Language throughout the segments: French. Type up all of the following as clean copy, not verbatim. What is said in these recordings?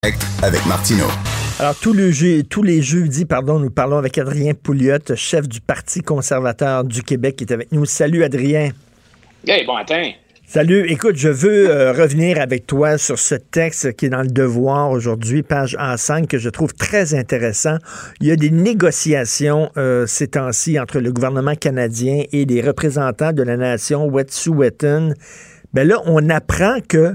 Avec Martineau. Alors, tous les jeudis, nous parlons avec Adrien Pouliot, chef du Parti conservateur du Québec, qui est avec nous. Salut, Adrien. Hey, bon matin. Salut. Écoute, je veux revenir avec toi sur ce texte qui est dans le Devoir aujourd'hui, page A5, que je trouve très intéressant. Il y a des négociations ces temps-ci entre le gouvernement canadien et les représentants de la nation Wet'suwet'en. Ben là, on apprend que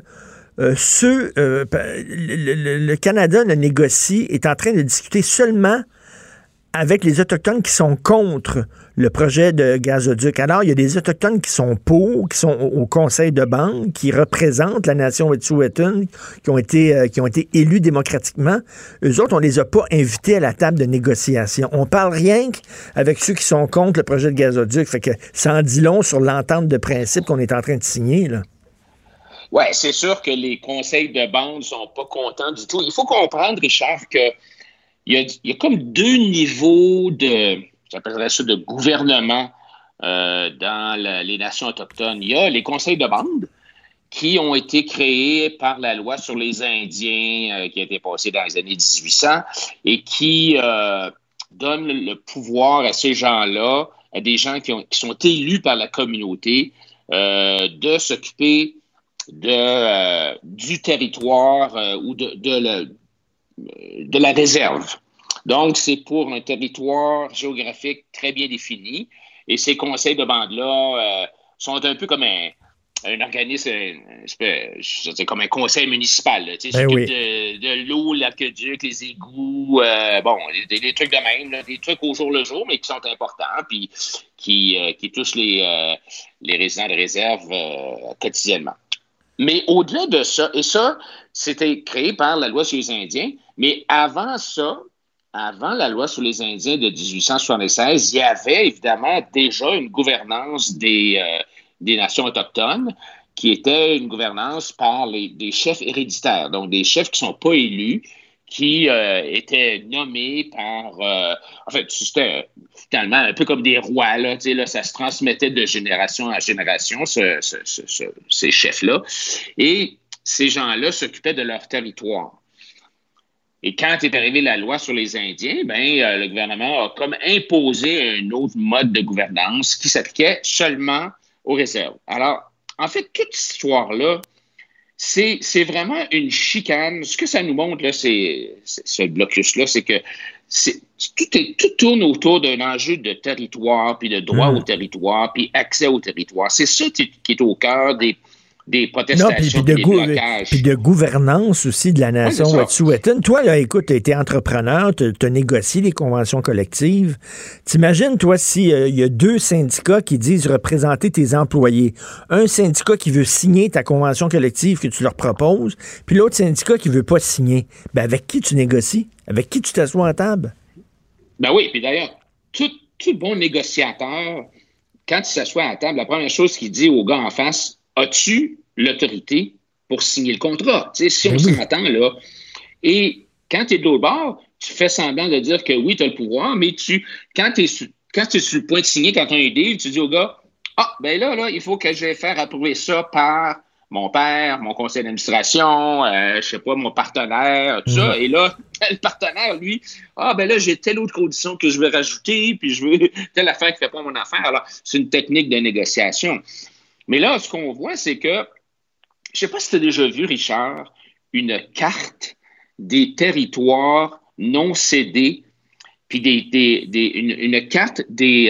le Canada ne négocie, est en train de discuter seulement avec les Autochtones qui sont contre le projet de gazoduc. Alors, il y a des Autochtones qui sont pour, qui sont au conseil de bande, qui représentent la nation Wet'suwet'en, qui ont été élus démocratiquement. Eux autres, on les a pas invités à la table de négociation. On parle rien qu'avec ceux qui sont contre le projet de gazoduc. Fait que ça en dit long sur l'entente de principe qu'on est en train de signer, là. Oui, c'est sûr que les conseils de bande ne sont pas contents du tout. Il faut comprendre, Richard, qu'il y a comme deux niveaux j'appellerais ça de gouvernement dans les nations autochtones. Il y a les conseils de bande qui ont été créés par la loi sur les Indiens qui a été passée dans les années 1800 et qui donnent le pouvoir à ces gens-là, à des gens qui sont élus par la communauté, de s'occuper du territoire ou de la réserve. Donc, c'est pour un territoire géographique très bien défini. Et ces conseils de bande-là sont un peu comme un organisme, c'est comme un conseil municipal. Tu sais, Oui. de l'eau, l'aqueduc, les égouts, des trucs de même, là, des trucs au jour le jour, mais qui sont importants, puis qui touchent les résidents de réserve quotidiennement. Mais au-delà de ça, et ça, c'était créé par la loi sur les Indiens, mais avant ça, avant la loi sur les Indiens de 1876, il y avait évidemment déjà une gouvernance des nations autochtones qui était une gouvernance par des chefs héréditaires, donc des chefs qui ne sont pas élus, qui étaient nommés par... en fait, c'était finalement un peu comme des rois, là, ça se transmettait de génération en génération, ces chefs-là. Et ces gens-là s'occupaient de leur territoire. Et quand est arrivée la loi sur les Indiens, le gouvernement a comme imposé un autre mode de gouvernance qui s'appliquait seulement aux réserves. Alors, en fait, toute cette histoire-là, c'est vraiment une chicane. Ce que ça nous montre, là, ce blocus-là, c'est que tout tourne autour d'un enjeu de territoire, puis de droit au territoire, puis accès au territoire. C'est ça qui est au cœur des protestations, des blocages. Puis de gouvernance aussi de la nation Wet'suwet'en. Toi, là, écoute, tu as été entrepreneur, tu as négocié les conventions collectives. T'imagines, toi, s'il y a deux syndicats qui disent représenter tes employés. Un syndicat qui veut signer ta convention collective que tu leur proposes, puis l'autre syndicat qui veut pas signer. Ben, avec qui tu négocies? Avec qui tu t'assois à table? Ben oui, puis d'ailleurs, tout bon négociateur, quand il s'assoit à table, la première chose qu'il dit au gars en face, as-tu l'autorité pour signer le contrat? Tu sais, si on s'entend, là. Et quand tu es de l'autre bord, tu fais semblant de dire que oui, tu as le pouvoir, mais quand tu es sur le point de signer, quand tu as un deal, tu dis au gars, là, il faut que je vais faire approuver ça par mon père, mon conseil d'administration, je sais pas, mon partenaire, tout ça. Et là, le partenaire, lui, là, j'ai telle autre condition que je veux rajouter, puis je veux telle affaire qui fait pas mon affaire. Alors, c'est une technique de négociation. Mais là, ce qu'on voit, c'est que, je ne sais pas si tu as déjà vu, Richard, une carte des territoires non cédés, puis une carte des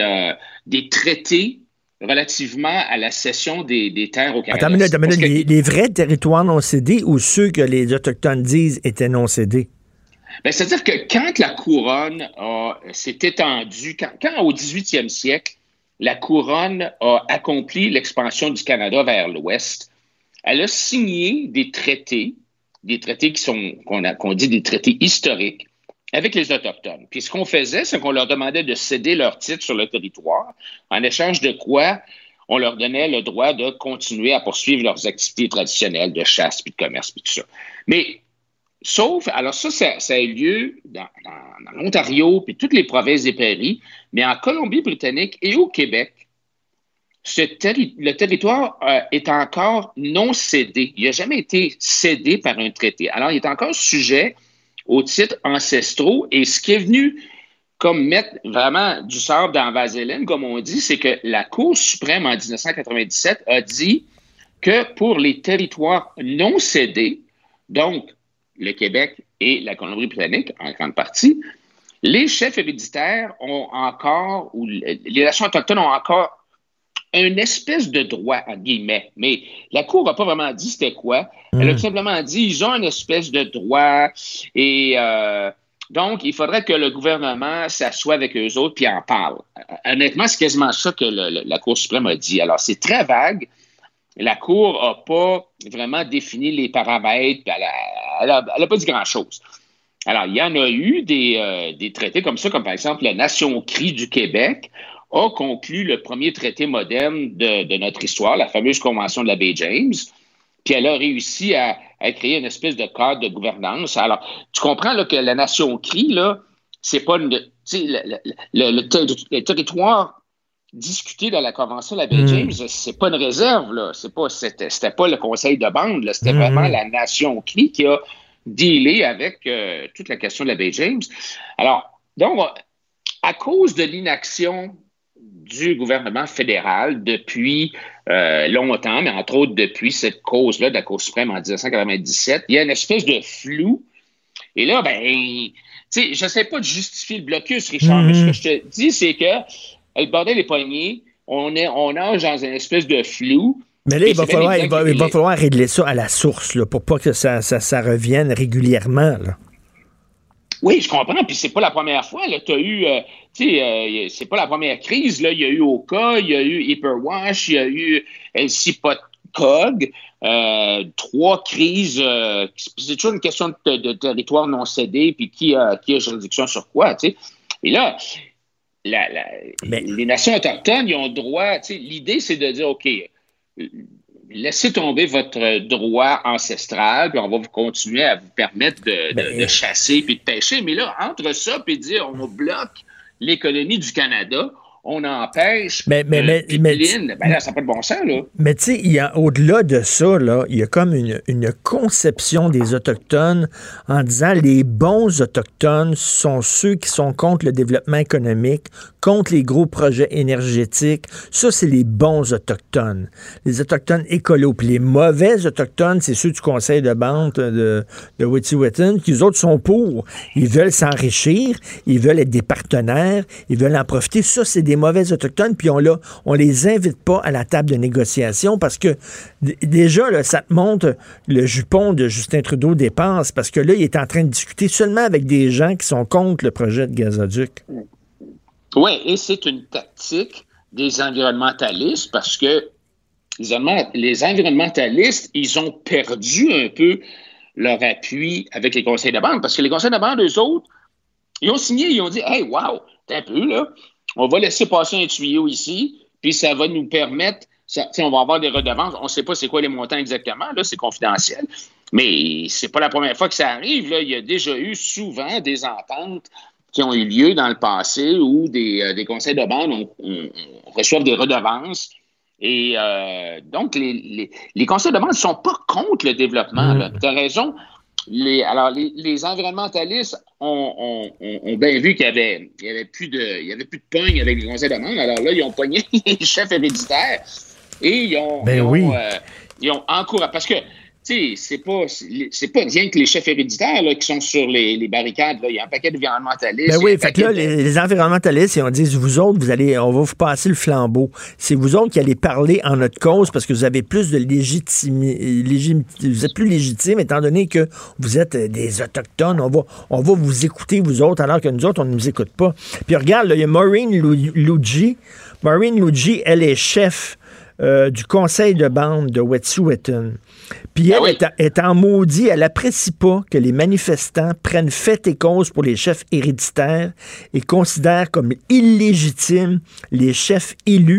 traités relativement à la cession des terres au Canada. Attends une minute. Les vrais territoires non cédés ou ceux que les Autochtones disent étaient non cédés? C'est-à-dire que quand la couronne s'est étendue, quand au 18e siècle, la couronne a accompli l'expansion du Canada vers l'ouest. Elle a signé des traités qui sont, qu'on dit des traités historiques, avec les Autochtones. Puis ce qu'on faisait, c'est qu'on leur demandait de céder leurs titres sur le territoire, en échange de quoi on leur donnait le droit de continuer à poursuivre leurs activités traditionnelles de chasse, puis de commerce, puis tout ça. Mais alors ça a eu lieu dans l'Ontario, puis toutes les provinces des prairies, mais en Colombie-Britannique et au Québec, le territoire est encore non cédé. Il n'a jamais été cédé par un traité. Alors, il est encore sujet aux titres ancestraux. Et ce qui est venu comme mettre vraiment du sable dans la vaseline, comme on dit, c'est que la Cour suprême en 1997 a dit que pour les territoires non cédés, donc le Québec et la Colombie-Britannique en grande partie, les chefs héréditaires ont encore, ou les nations autochtones ont encore une espèce de droit, en guillemets. Mais la Cour n'a pas vraiment dit c'était quoi. Elle a tout simplement dit ils ont une espèce de droit et donc il faudrait que le gouvernement s'assoie avec eux autres puis en parle. Honnêtement, c'est quasiment ça que la Cour suprême a dit. Alors, c'est très vague. La Cour n'a pas vraiment défini les paramètres. Elle n'a pas dit grand-chose. Alors, il y en a eu des traités comme ça, comme par exemple la Nation Crie du Québec a conclu le premier traité moderne de notre histoire, la fameuse Convention de la baie James, puis elle a réussi à créer une espèce de cadre de gouvernance. Alors, tu comprends là, que la Nation Crie, là, c'est pas le territoire discuté dans la Convention de la baie James, c'est pas une réserve, là. C'était pas le conseil de bande, là. C'était vraiment la Nation Crie qui a dealé avec toute la question de la baie James. Alors, donc, à cause de l'inaction du gouvernement fédéral depuis longtemps, mais entre autres depuis cette cause-là de la Cour suprême en 1997, il y a une espèce de flou. Et là, tu sais, je ne sais pas de justifier le blocus, Richard, mais ce que je te dis, c'est que le bordel est poigné, on nage dans une espèce de flou. Mais là, il va falloir régler ça à la source, là, pour pas que ça revienne régulièrement, là. Oui, je comprends. Puis c'est pas la première fois. Tu as eu, c'est pas la première crise. Là. Il y a eu Oka, il y a eu Hyperwash, il y a eu LC-Pot-Cog. 3 crises. C'est toujours une question de territoire non cédé, puis qui a juridiction sur quoi. T'sais. Et là, les nations autochtones, ils ont droit. L'idée, c'est de dire, OK, laissez tomber votre droit ancestral, puis on va vous continuer à vous permettre de chasser puis de pêcher. Mais là, entre ça puis dire on bloque l'économie du Canada, on empêche pipeline, là, ça n'a pas de bon sens, là. Mais tu sais, au-delà de ça, là, il y a comme une conception des Autochtones en disant les bons Autochtones sont ceux qui sont contre le développement économique, contre les gros projets énergétiques. Ça, c'est les bons Autochtones. Les Autochtones écolos. Puis les mauvais Autochtones, c'est ceux du conseil de bande de Wet'suwet'en, qui, eux autres, sont pour. Ils veulent s'enrichir, ils veulent être des partenaires, ils veulent en profiter. Ça, c'est des mauvais Autochtones, puis on les invite pas à la table de négociation parce que déjà, là, ça te montre le jupon de Justin Trudeau dépense parce que là, il est en train de discuter seulement avec des gens qui sont contre le projet de gazoduc. Oui, et c'est une tactique des environnementalistes parce que les environnementalistes, ils ont perdu un peu leur appui avec les conseils de bande parce que les conseils de bande, eux autres, ils ont signé, ils ont dit « Hey, wow, t'es un peu, là, on va laisser passer un tuyau ici, puis ça va nous permettre, on va avoir des redevances. On ne sait pas c'est quoi les montants exactement, là, c'est confidentiel. Mais c'est pas la première fois que ça arrive. Là. Il y a déjà eu souvent des ententes qui ont eu lieu dans le passé où des conseils de bande reçoivent des redevances. Et donc, les conseils de bande ne sont pas contre le développement. Tu as raison. Les environnementalistes ont bien vu qu'il y avait plus de pogne avec les conseils de bande. Alors là, ils ont pogné les chefs héréditaires et ils ont encouragé. Parce que, tu sais, c'est pas rien que les chefs héréditaires là, qui sont sur les barricades. Là. Il y a un paquet d'environnementalistes. Ben oui, fait que là, les environnementalistes, ils ont dit, vous autres, on va vous passer le flambeau. C'est vous autres qui allez parler en notre cause parce que vous avez plus de vous êtes plus légitime étant donné que vous êtes des Autochtones. On va vous écouter, vous autres, alors que nous autres, on ne nous écoute pas. Puis regarde, là, il y a Maureen Luigi. Maureen Luigi, elle est chef du conseil de bande de Wet'suwet'en. Puis elle est en maudit, elle apprécie pas que les manifestants prennent fait et cause pour les chefs héréditaires et considèrent comme illégitimes les chefs élus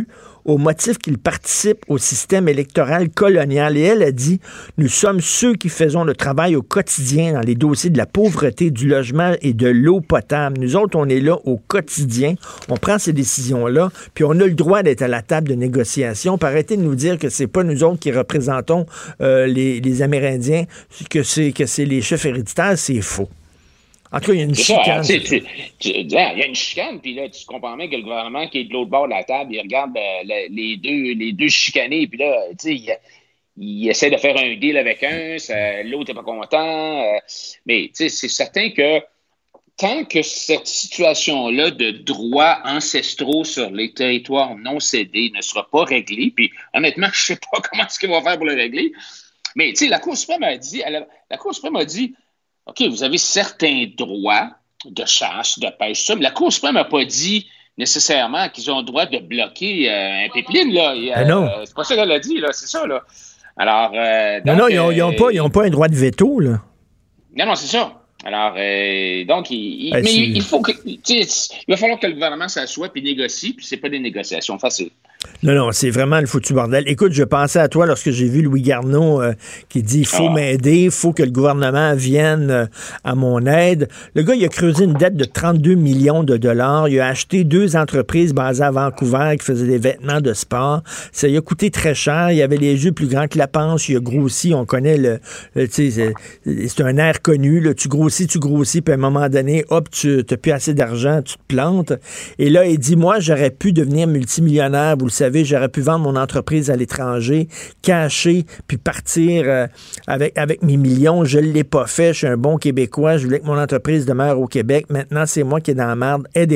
au motif qu'ils participent au système électoral colonial. Et elle a dit, nous sommes ceux qui faisons le travail au quotidien dans les dossiers de la pauvreté, du logement et de l'eau potable. Nous autres, on est là au quotidien. On prend ces décisions-là, puis on a le droit d'être à la table de négociation. Puis arrêtez de nous dire que c'est pas nous autres qui représentons les Amérindiens, que c'est les chefs héréditaires, c'est faux. En tout cas, il y a une chicane. Il y a une chicane, puis là, tu comprends bien que le gouvernement qui est de l'autre bord de la table, il regarde les deux chicanés, puis là, tu sais, il essaie de faire un deal avec l'autre n'est pas content. Mais tu sais, c'est certain que tant que cette situation-là de droits ancestraux sur les territoires non cédés ne sera pas réglée, puis honnêtement, je ne sais pas comment est-ce qu'ils vont faire pour le régler, mais tu sais, la Cour suprême a dit, OK, vous avez certains droits de chasse, de pêche, ça, mais la Cour suprême n'a pas dit nécessairement qu'ils ont le droit de bloquer un pipeline, là. Non. C'est pas ça qu'elle a dit, là, c'est ça, là. Alors, donc, ils n'ont pas un droit de veto, là. Non, c'est ça. Alors, donc, il faut que, il va falloir que le gouvernement s'assoie puis négocie, puis c'est pas des négociations faciles. Non, c'est vraiment le foutu bordel. Écoute, je pensais à toi lorsque j'ai vu Louis Garneau qui dit « il faut m'aider, il faut que le gouvernement vienne à mon aide ». Le gars, il a creusé une dette de 32 millions de dollars. Il a acheté 2 entreprises basées à Vancouver qui faisaient des vêtements de sport. Ça lui a coûté très cher. Il avait les yeux plus grands que la panse. Il a grossi. On connaît c'est un air connu. Là. Tu grossis, puis à un moment donné, hop, tu n'as plus assez d'argent, tu te plantes. Et là, il dit « moi, j'aurais pu devenir multimillionnaire. Vous le savez, j'aurais pu vendre mon entreprise à l'étranger, cacher, puis partir avec mes millions. Je ne l'ai pas fait. Je suis un bon Québécois. Je voulais que mon entreprise demeure au Québec. Maintenant, c'est moi qui est dans la merde. Aidez-moi. »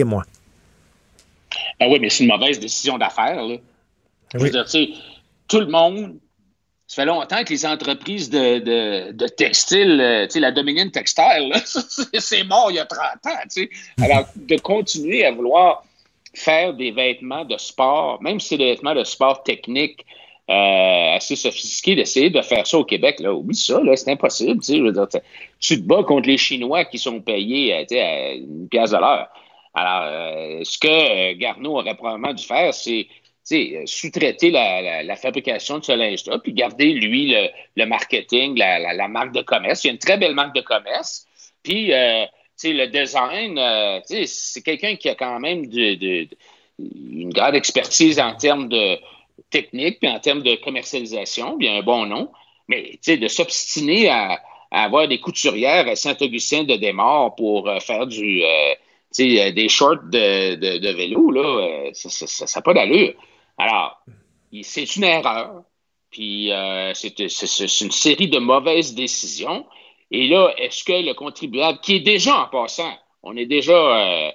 Ah oui, mais c'est une mauvaise décision d'affaires, là. Je veux dire, tu sais, tout le monde, ça fait longtemps que les entreprises de textile, tu sais, la Dominion Textile, là, c'est mort il y a 30 ans, tu sais. Alors, de continuer à vouloir faire des vêtements de sport, même si c'est des vêtements de sport techniques assez sophistiqués, d'essayer de faire ça au Québec, là, oublie ça, là, c'est impossible. Je veux dire, tu te bats contre les Chinois qui sont payés à 1 piastre de l'heure. Alors, ce que Garneau aurait probablement dû faire, c'est sous-traiter la fabrication de ce linge-là, puis garder, lui, le marketing, la marque de commerce. Il y a une très belle marque de commerce. Puis, le design, c'est quelqu'un qui a quand même une grande expertise en termes de technique, puis en termes de commercialisation, puis un bon nom. Mais de s'obstiner à avoir des couturières à Saint-Augustin-de-Desmaures pour faire des shorts de vélo, là, ça n'a pas d'allure. Alors, c'est une erreur, puis c'est une série de mauvaises décisions. Et là, est-ce que le contribuable, qui est déjà en passant, on est déjà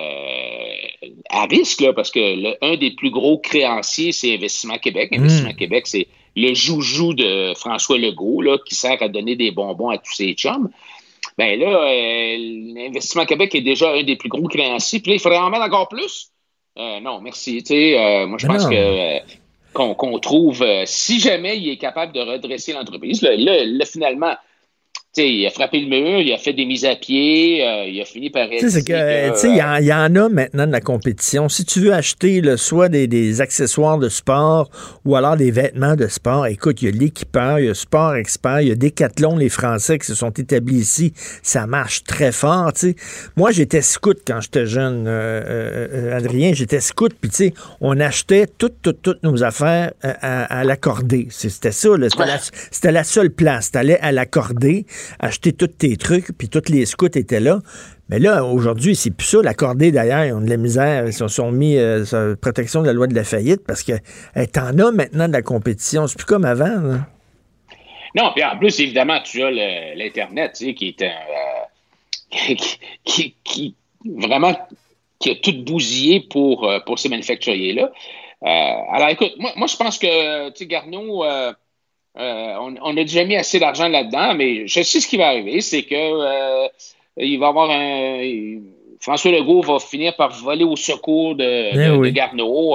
à risque, là, parce que un des plus gros créanciers, c'est Investissement Québec. Investissement Québec, c'est le joujou de François Legault, là, qui sert à donner des bonbons à tous ses chums. Bien là, l'Investissement Québec est déjà un des plus gros créanciers. Puis là, il faudrait en mettre encore plus? Non, merci. Moi, je pense qu'on trouve, si jamais il est capable de redresser l'entreprise, là finalement, il a frappé le mur, il a fait des mises à pied, il a fini par être... Il y en a maintenant de la compétition. Si tu veux acheter soit des accessoires de sport ou alors des vêtements de sport, écoute, il y a l'Équipeur, il y a Sport Expert, il y a Decathlon, les Français qui se sont établis ici. Ça marche très fort. T'sais. Moi, j'étais scout quand j'étais jeune, Adrien, j'étais scout, puis on achetait toutes nos affaires à l'accordé. C'était ça, là, c'était la seule place. T'allais à l'accordé, acheter tous tes trucs, puis tous les scouts étaient là. Mais là, aujourd'hui, c'est plus ça. L'accordé, d'ailleurs, ils ont de la misère. Ils se sont mis sur la protection de la loi de la faillite parce que t'en as maintenant de la compétition. C'est plus comme avant. Là. Non, puis en plus, évidemment, tu as l'Internet, qui est qui vraiment qui a tout bousillé pour ces manufacturiers-là. Alors, écoute, moi, je pense que, Garneau... on n'a déjà mis assez d'argent là-dedans, mais je sais ce qui va arriver, c'est que il va y avoir François Legault va finir par voler au secours de Garneau.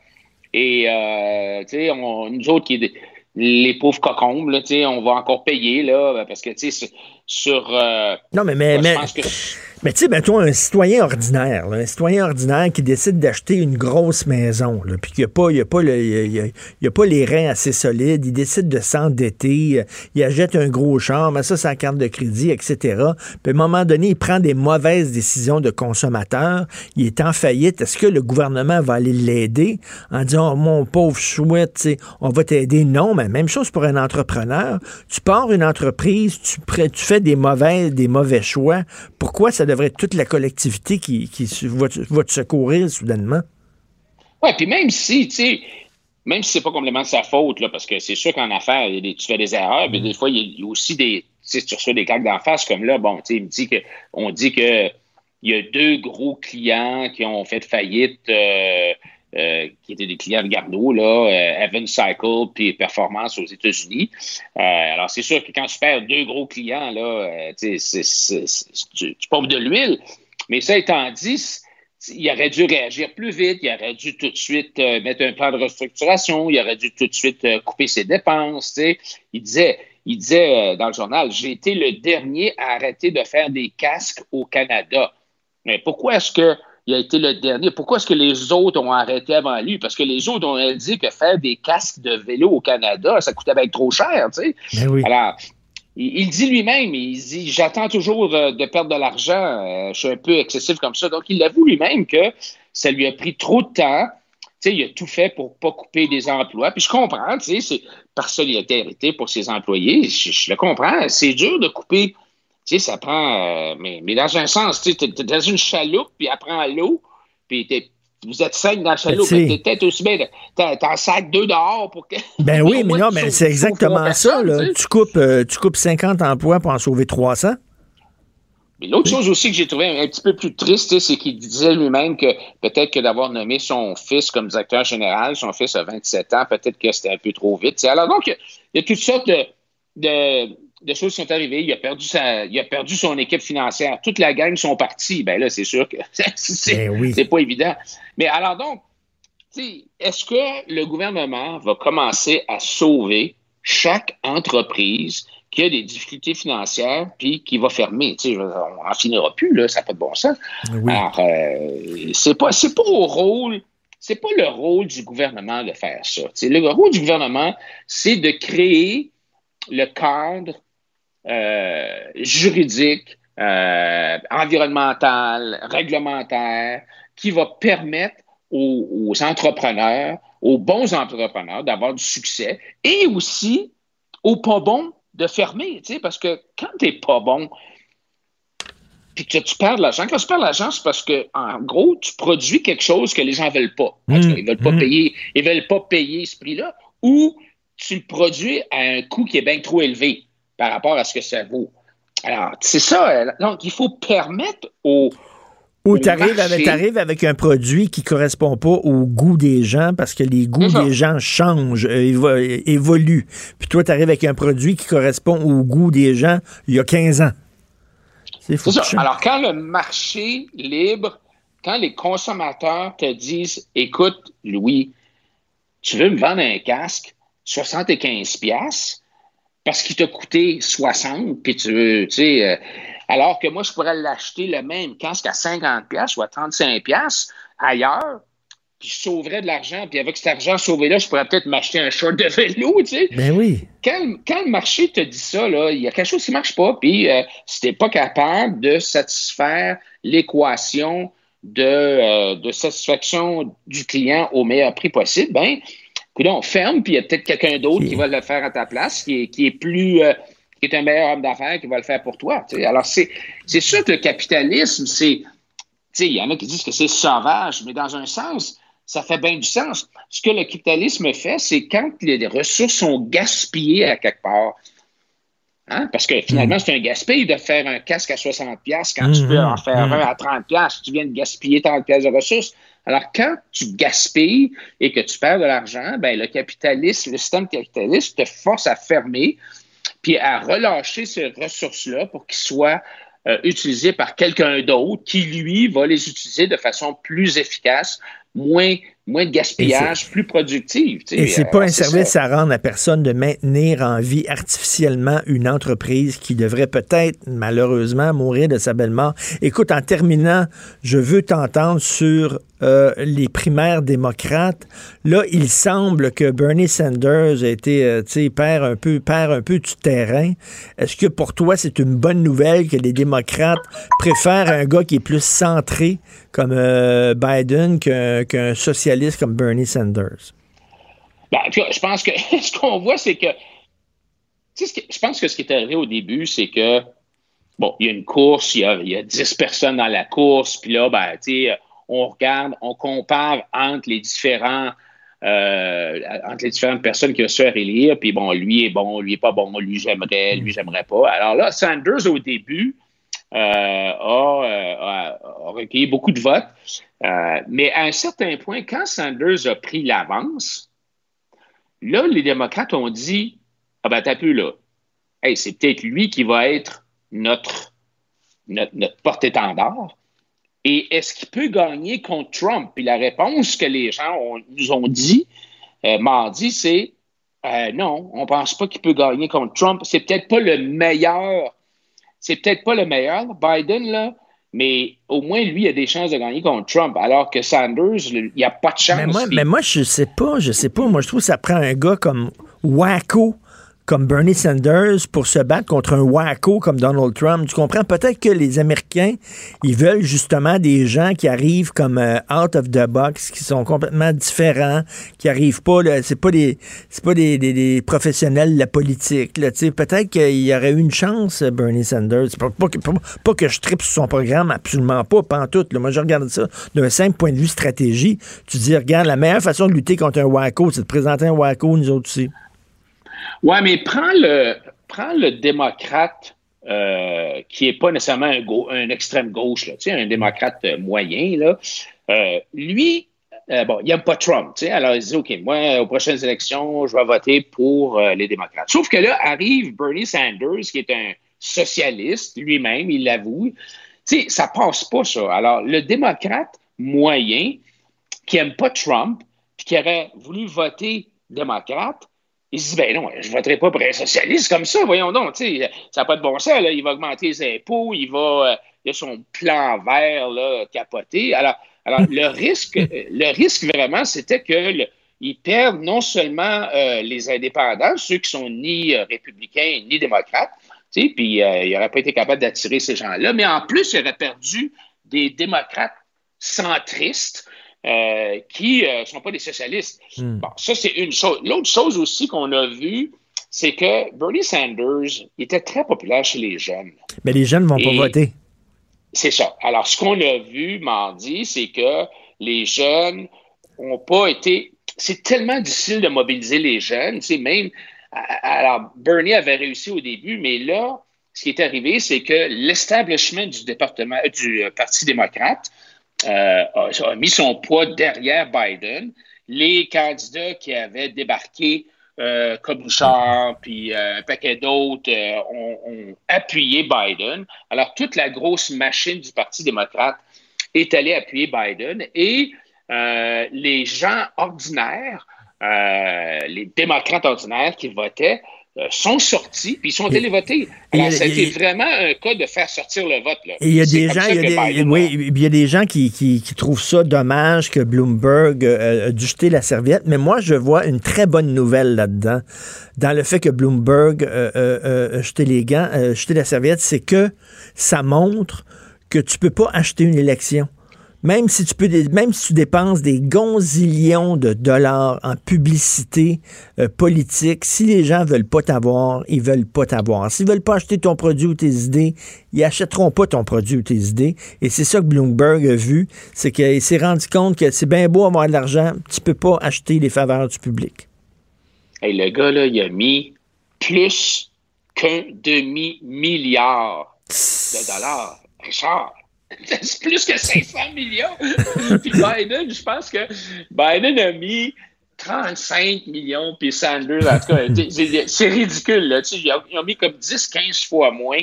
Nous autres, les pauvres cocombes, là, on va encore payer, là, parce que, sur... non, mais Mais tu sais, mettons un citoyen ordinaire, là, un citoyen ordinaire qui décide d'acheter une grosse maison, là, puis qu'il n'y a pas les reins assez solides, il décide de s'endetter, il achète un gros char, mais ça, c'est la carte de crédit, etc. Puis à un moment donné, il prend des mauvaises décisions de consommateur, il est en faillite. Est-ce que le gouvernement va aller l'aider en disant, oh, mon pauvre chouette, tu sais, on va t'aider? Non, mais même chose pour un entrepreneur. Tu pars une entreprise, tu fais des mauvais choix. Pourquoi ça devrait être toute la collectivité qui va te secourir soudainement? Oui, puis même si c'est pas complètement de sa faute, là, parce que c'est sûr qu'en affaires, tu fais des erreurs, mais des fois, il y a aussi tu reçois des claques d'en face, comme là, bon, on dit que il y a 2 gros clients qui ont fait faillite, qui étaient des clients de Garneau, là, Evans Cycle puis Performance aux États-Unis. Alors, c'est sûr que quand tu perds 2 gros clients, là, tu pompes de l'huile. Mais ça étant dit, il aurait dû réagir plus vite, il aurait dû tout de suite mettre un plan de restructuration, il aurait dû tout de suite couper ses dépenses. T'sais. Il disait dans le journal, j'ai été le dernier à arrêter de faire des casques au Canada. Mais pourquoi est-ce qu'il a été le dernier? Pourquoi est-ce que les autres ont arrêté avant lui? Parce que les autres ont dit que faire des casques de vélo au Canada, ça coûtait bien trop cher. Tu sais. Ben oui. Alors, il dit lui-même, il dit, j'attends toujours de perdre de l'argent, je suis un peu excessif comme ça. Donc, il avoue lui-même que ça lui a pris trop de temps. Tu sais, il a tout fait pour pas couper des emplois. Puis je comprends, tu sais, c'est par solidarité pour ses employés. Je le comprends. C'est dur de couper. Tu sais, ça prend... mais dans un sens, tu sais, t'es dans une chaloupe, puis elle prend l'eau, puis vous êtes 5 dans la chaloupe, t'es peut-être aussi bien... T'en sacs 2 dehors pour que... Ben oui, mais non, mais c'est exactement ça, là. Tu coupes 50 emplois pour en sauver 300. Mais l'autre chose aussi que j'ai trouvé un petit peu plus triste, c'est qu'il disait lui-même que peut-être que d'avoir nommé son fils comme directeur général, son fils a 27 ans, peut-être que c'était un peu trop vite. T'sais. Alors donc, il y a toutes sortes de choses qui sont arrivées. Il a perdu son équipe financière. Toute la gang sont partis. Ben là, c'est sûr que c'est pas évident. Mais alors donc, est-ce que le gouvernement va commencer à sauver chaque entreprise qui a des difficultés financières puis qui va fermer? On n'en finira plus, là, ça n'a pas de bon sens. Oui. Alors, c'est pas le rôle du gouvernement de faire ça. Le rôle du gouvernement, c'est de créer le cadre juridique, environnemental, réglementaire, qui va permettre aux entrepreneurs, aux bons entrepreneurs d'avoir du succès et aussi aux pas bons de fermer, parce que quand tu n'es pas bon, puis que tu perds de l'argent, quand tu perds de l'argent, c'est parce que, en gros, tu produis quelque chose que les gens ne veulent pas. Ils ne veulent pas payer ce prix-là, ou tu le produis à un coût qui est bien trop élevé par rapport à ce que ça vaut. Alors, c'est ça. Donc, il faut permettre aux Ou tu arrives avec un produit qui ne correspond pas au goût des gens parce que les goûts des gens changent, évoluent. Puis toi, tu arrives avec un produit qui correspond au goût des gens il y a 15 ans. C'est ça. Alors, quand le marché libre, quand les consommateurs te disent, écoute, Louis, tu veux me vendre un casque 75$ parce qu'il t'a coûté 60$, puis alors que moi, je pourrais l'acheter le même casque à 50$ ou à 35$ ailleurs, puis je sauverais de l'argent, puis avec cet argent sauvé-là, je pourrais peut-être m'acheter un short de vélo, tu sais. Ben oui. Quand le marché te dit ça, là, il y a quelque chose qui ne marche pas, puis si tu n'es pas capable de satisfaire l'équation de satisfaction du client au meilleur prix possible, ben, écoute, on ferme, puis il y a peut-être quelqu'un d'autre qui va le faire à ta place, qui est un meilleur homme d'affaires qui va le faire pour toi. T'sais. Alors, c'est sûr que le capitalisme, il y en a qui disent que c'est sauvage, mais dans un sens, ça fait bien du sens. Ce que le capitalisme fait, c'est quand les ressources sont gaspillées à quelque part. Hein? Parce que finalement, c'est un gaspille de faire un casque à 60$ quand tu peux en faire un à 30$. Tu viens de gaspiller 30$ de ressources. Alors, quand tu gaspilles et que tu perds de l'argent, ben le système capitaliste te force à fermer puis à relâcher ces ressources-là pour qu'ils soient utilisées par quelqu'un d'autre qui, lui, va les utiliser de façon plus efficace moins de gaspillage, plus productive. Et c'est pas un service à rendre à personne de maintenir en vie artificiellement une entreprise qui devrait peut-être, malheureusement, mourir de sa belle mort. Écoute, en terminant, je veux t'entendre sur les primaires démocrates. Là, il semble que Bernie Sanders a été, perd un peu du terrain. Est-ce que pour toi, c'est une bonne nouvelle que les démocrates préfèrent un gars qui est plus centré comme Biden qu'un socialiste comme Bernie Sanders? Ben, je pense que ce qu'on voit, c'est que je pense que ce qui est arrivé au début, c'est que bon, il y a une course, il y a 10 personnes dans la course, puis là, on regarde, on compare entre les différentes personnes qui vont se faire élire, puis bon, lui est pas bon, lui j'aimerais pas. Alors là, Sanders, au début, a recueilli beaucoup de votes, mais à un certain point, quand Sanders a pris l'avance, là, les démocrates ont dit, ah ben, t'as peu là, hey, c'est peut-être lui qui va être notre porte-étendard. Et est-ce qu'il peut gagner contre Trump? Puis la réponse que les gens nous ont dit mardi, c'est non, on ne pense pas qu'il peut gagner contre Trump. C'est peut-être pas le meilleur. Biden, là, mais au moins, lui, il a des chances de gagner contre Trump, alors que Sanders, il n'y a pas de chance. Mais moi, je sais pas. Moi, je trouve que ça prend un gars comme Wacko, comme Bernie Sanders, pour se battre contre un wacko comme Donald Trump. Tu comprends? Peut-être que les Américains, ils veulent justement des gens qui arrivent comme out of the box, qui sont complètement différents, qui arrivent pas, là, c'est pas des professionnels de la politique. Là, peut-être qu'il y aurait eu une chance, Bernie Sanders. Pas que je tripe sur son programme, absolument pas, pantoute. Là. Moi, je regarde ça d'un simple point de vue stratégie. Tu dis, regarde, la meilleure façon de lutter contre un wacko, c'est de présenter un wacko, nous autres aussi. Ouais, mais prends le démocrate qui n'est pas nécessairement un extrême gauche, là, un démocrate moyen. Là. Lui, il n'aime pas Trump. Alors, il dit, OK, moi, aux prochaines élections, je vais voter pour les démocrates. Sauf que là, arrive Bernie Sanders, qui est un socialiste lui-même, il l'avoue. Ça passe pas, ça. Alors, le démocrate moyen qui n'aime pas Trump puis qui aurait voulu voter démocrate, il se dit, ben non, je ne voterai pas pour un socialiste comme ça, voyons donc, ça n'a pas de bon sens, là. Il va augmenter les impôts, il a son plan vert, là, capoté. Alors le risque vraiment, c'était qu'il perd non seulement les indépendants, ceux qui sont ni républicains ni démocrates, puis il n'aurait pas été capable d'attirer ces gens-là, mais en plus, il aurait perdu des démocrates centristes, qui ne sont pas des socialistes. Bon, ça, c'est une chose. L'autre chose aussi qu'on a vue, c'est que Bernie Sanders était très populaire chez les jeunes. Mais les jeunes ne vont pas voter. C'est ça. Alors, ce qu'on a vu mardi, c'est que les jeunes n'ont pas été... C'est tellement difficile de mobiliser les jeunes. Même... Alors, Bernie avait réussi au début, mais là, ce qui est arrivé, c'est que l'establishment du Parti démocrate a mis son poids derrière Biden. Les candidats qui avaient débarqué, comme Bouchard, puis un paquet d'autres, ont appuyé Biden. Alors, toute la grosse machine du Parti démocrate est allée appuyer Biden et les gens ordinaires, les démocrates ordinaires qui votaient, sont sortis, puis ils sont allés voter. Alors, c'était vraiment un cas de faire sortir le vote. Là. Et il y a des gens qui trouvent ça dommage que Bloomberg a dû jeter la serviette, mais moi, je vois une très bonne nouvelle là-dedans. Dans le fait que Bloomberg a jeté la serviette, c'est que ça montre que tu peux pas acheter une élection. Même si tu dépenses des gonzillions de dollars en publicité politique, si les gens veulent pas t'avoir, ils veulent pas t'avoir. S'ils veulent pas acheter ton produit ou tes idées, ils achèteront pas ton produit ou tes idées. Et c'est ça que Bloomberg a vu, c'est qu'il s'est rendu compte que c'est bien beau avoir de l'argent, tu peux pas acheter les faveurs du public. Hey, le gars, là, il a mis plus qu'un demi-milliard de dollars. Richard, c'est plus que 500 millions. Puis Biden, je pense que Biden a mis 35 millions, puis Sanders, en tout cas, c'est ridicule. Là. Ils ont mis comme 10-15 fois moins.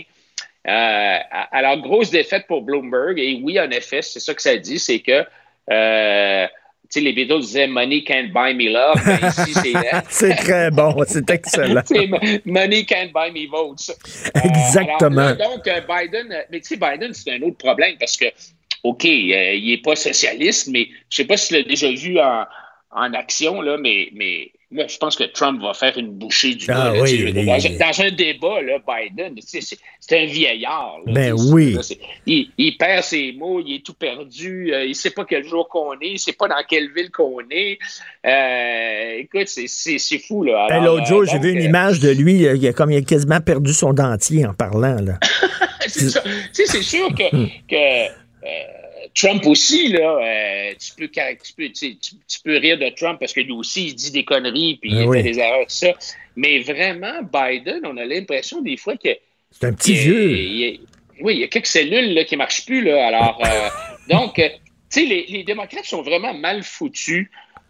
Alors, grosse défaite pour Bloomberg. Et oui, en effet, c'est ça que ça dit, c'est que sais, les Beatles disaient Money can't buy me love. Ben, ici, c'est. C'est très bon, c'est excellent. C'est Money can't buy me votes. Exactement. Alors, là, donc, Biden, mais tu sais, Biden, c'est un autre problème parce que, OK, il n'est pas socialiste, mais je ne sais pas si tu l'as déjà vu en action, là, mais moi, je pense que Trump va faire une bouchée du nez. Oui, dans un débat, là, Biden, c'est un vieillard. Là, ben oui. Là, il perd ses mots, il est tout perdu, il ne sait pas quel jour qu'on est, il ne sait pas dans quelle ville qu'on est. Écoute, c'est fou. Là. Alors, l'autre jour, j'ai vu une image de lui, il a quasiment perdu son dentier en parlant. Là. C'est ça. C'est sûr que Trump aussi, là, tu peux rire de Trump parce que lui aussi, il dit des conneries puis il fait des erreurs, tout ça. Mais vraiment, Biden, on a l'impression des fois que... C'est un petit vieux. Oui, il y a quelques cellules là, qui ne marchent plus. Là. Alors, donc, tu sais, les démocrates sont vraiment mal foutus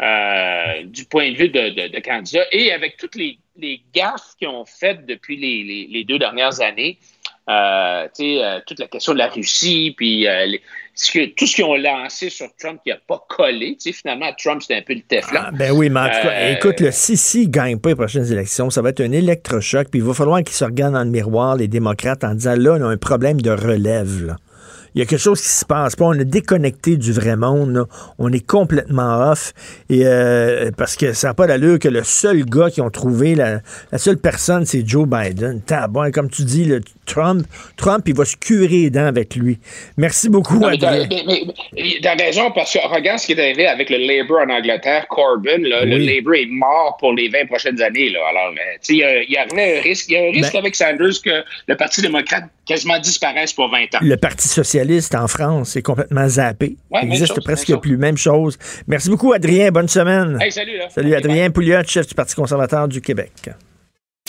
du point de vue de candidats. Et avec toutes les gaffes qu'ils ont faites depuis les 2 dernières années, toute la question de la Russie, puis tout ce qu'ils ont lancé sur Trump qui n'a pas collé. Finalement, Trump, c'était un peu le Teflon. Ben oui, mais en tout cas, écoute, si ne gagne pas les prochaines élections, ça va être un électrochoc, puis il va falloir qu'ils se regardent dans le miroir, les démocrates, en disant, là, on a un problème de relève, là. Il y a quelque chose qui se passe pas. On est déconnecté du vrai monde. Là. On est complètement off. Et parce que ça n'a pas d'allure que le seul gars qu'ils ont trouvé, la seule personne, c'est Joe Biden. Bon, comme tu dis, Trump, il va se curer les dents avec lui. Merci beaucoup, Adrien. Mais t'as raison, parce que regarde ce qui est arrivé avec le Labour en Angleterre. Corbyn, là, le Labour est mort pour les 20 prochaines années. Là. Alors, il y a un risque. Il y a un risque avec Sanders que le Parti démocrate quasiment disparaisse pour 20 ans. Le Parti socialiste en France est complètement zappé. Il n'existe presque plus. Même chose. Merci beaucoup, Adrien. Bonne semaine. Hey, salut. Là. Salut, Adrien Pouliot, chef du Parti conservateur du Québec.